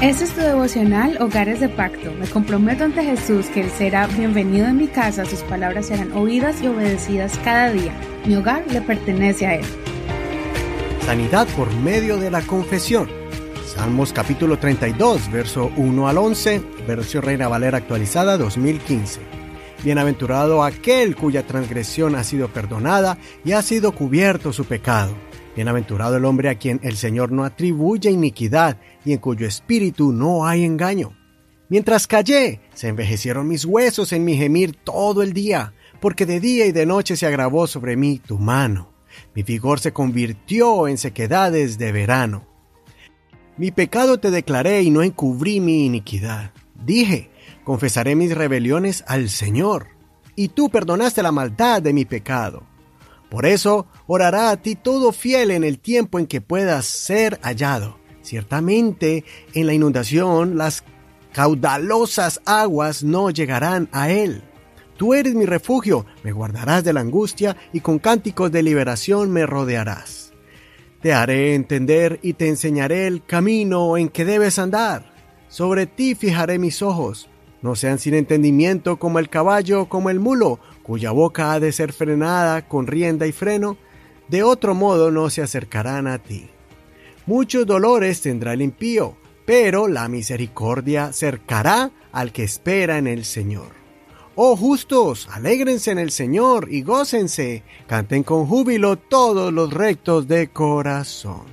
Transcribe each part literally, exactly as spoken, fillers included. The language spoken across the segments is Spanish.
Este es tu devocional Hogares de Pacto. Me comprometo ante Jesús que Él será bienvenido en mi casa, sus palabras serán oídas y obedecidas cada día. Mi hogar le pertenece a Él. Sanidad por medio de la confesión. Salmos capítulo treinta y dos, verso uno al once, versión Reina Valera actualizada dos mil quince. Bienaventurado aquel cuya transgresión ha sido perdonada y ha sido cubierto su pecado. Bienaventurado el hombre a quien el Señor no atribuye iniquidad y en cuyo espíritu no hay engaño. Mientras callé, se envejecieron mis huesos en mi gemir todo el día, porque de día y de noche se agravó sobre mí tu mano. Mi vigor se convirtió en sequedades de verano. Mi pecado te declaré y no encubrí mi iniquidad. Dije, confesaré mis rebeliones al Señor, y tú perdonaste la maldad de mi pecado. Por eso orará a ti todo fiel en el tiempo en que puedas ser hallado. Ciertamente, en la inundación las caudalosas aguas no llegarán a él. Tú eres mi refugio, me guardarás de la angustia y con cánticos de liberación me rodearás. Te haré entender y te enseñaré el camino en que debes andar. Sobre ti fijaré mis ojos. No sean sin entendimiento como el caballo o como el mulo, cuya boca ha de ser frenada con rienda y freno, de otro modo no se acercarán a ti. Muchos dolores tendrá el impío, pero la misericordia cercará al que espera en el Señor. Oh justos, alégrense en el Señor y gócense, canten con júbilo todos los rectos de corazón.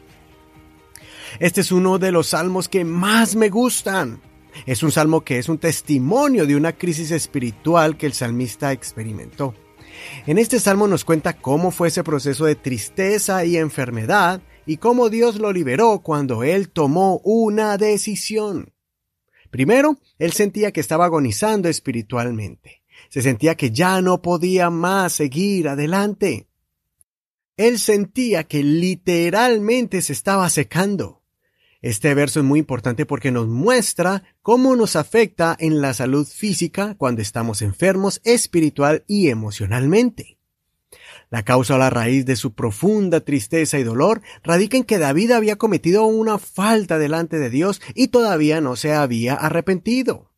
Este es uno de los salmos que más me gustan. Es un salmo que es un testimonio de una crisis espiritual que el salmista experimentó. En este salmo nos cuenta cómo fue ese proceso de tristeza y enfermedad y cómo Dios lo liberó cuando él tomó una decisión. Primero, él sentía que estaba agonizando espiritualmente. Se sentía que ya no podía más seguir adelante. Él sentía que literalmente se estaba secando. Este verso es muy importante porque nos muestra cómo nos afecta en la salud física cuando estamos enfermos espiritual y emocionalmente. La causa o la raíz de su profunda tristeza y dolor radica en que David había cometido una falta delante de Dios y todavía no se había arrepentido.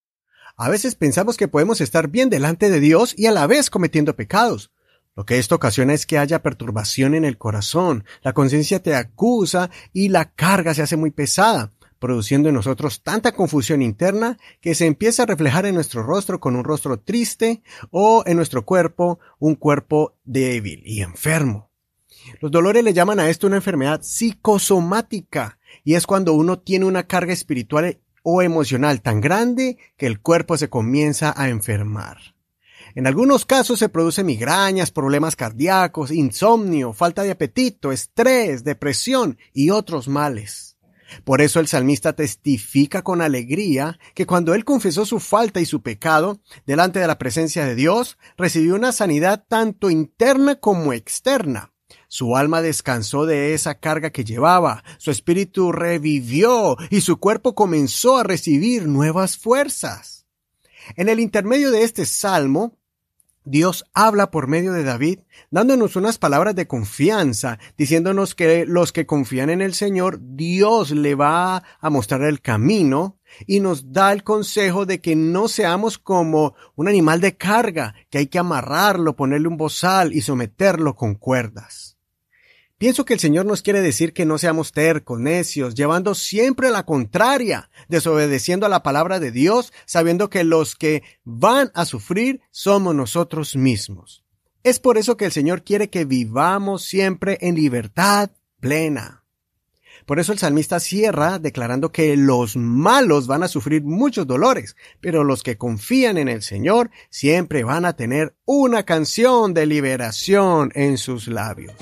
A veces pensamos que podemos estar bien delante de Dios y a la vez cometiendo pecados. Lo que esto ocasiona es que haya perturbación en el corazón, la conciencia te acusa y la carga se hace muy pesada, produciendo en nosotros tanta confusión interna que se empieza a reflejar en nuestro rostro con un rostro triste o en nuestro cuerpo un cuerpo débil y enfermo. Los dolores le llaman a esto una enfermedad psicosomática y es cuando uno tiene una carga espiritual o emocional tan grande que el cuerpo se comienza a enfermar. En algunos casos se producen migrañas, problemas cardíacos, insomnio, falta de apetito, estrés, depresión y otros males. Por eso el salmista testifica con alegría que cuando él confesó su falta y su pecado delante de la presencia de Dios, recibió una sanidad tanto interna como externa. Su alma descansó de esa carga que llevaba, su espíritu revivió y su cuerpo comenzó a recibir nuevas fuerzas. En el intermedio de este salmo, Dios habla por medio de David, dándonos unas palabras de confianza, diciéndonos que los que confían en el Señor, Dios le va a mostrar el camino y nos da el consejo de que no seamos como un animal de carga, que hay que amarrarlo, ponerle un bozal y someterlo con cuerdas. Pienso que el Señor nos quiere decir que no seamos tercos, necios, llevando siempre la contraria, desobedeciendo a la palabra de Dios, sabiendo que los que van a sufrir somos nosotros mismos. Es por eso que el Señor quiere que vivamos siempre en libertad plena. Por eso el salmista cierra declarando que los malos van a sufrir muchos dolores, pero los que confían en el Señor siempre van a tener una canción de liberación en sus labios.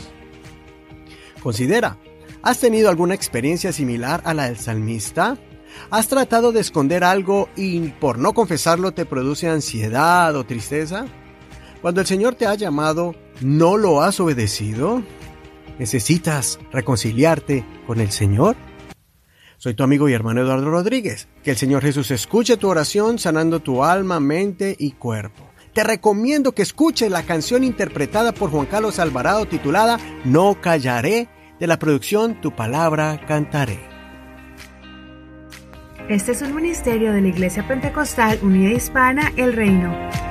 Considera, ¿has tenido alguna experiencia similar a la del salmista? ¿Has tratado de esconder algo y por no confesarlo te produce ansiedad o tristeza? Cuando el Señor te ha llamado, ¿no lo has obedecido? ¿Necesitas reconciliarte con el Señor? Soy tu amigo y hermano Eduardo Rodríguez. Que el Señor Jesús escuche tu oración sanando tu alma, mente y cuerpo. Te recomiendo que escuches la canción interpretada por Juan Carlos Alvarado titulada No callaré, de la producción Tu Palabra Cantaré. Este es un ministerio de la Iglesia Pentecostal Unida Hispana El Reino.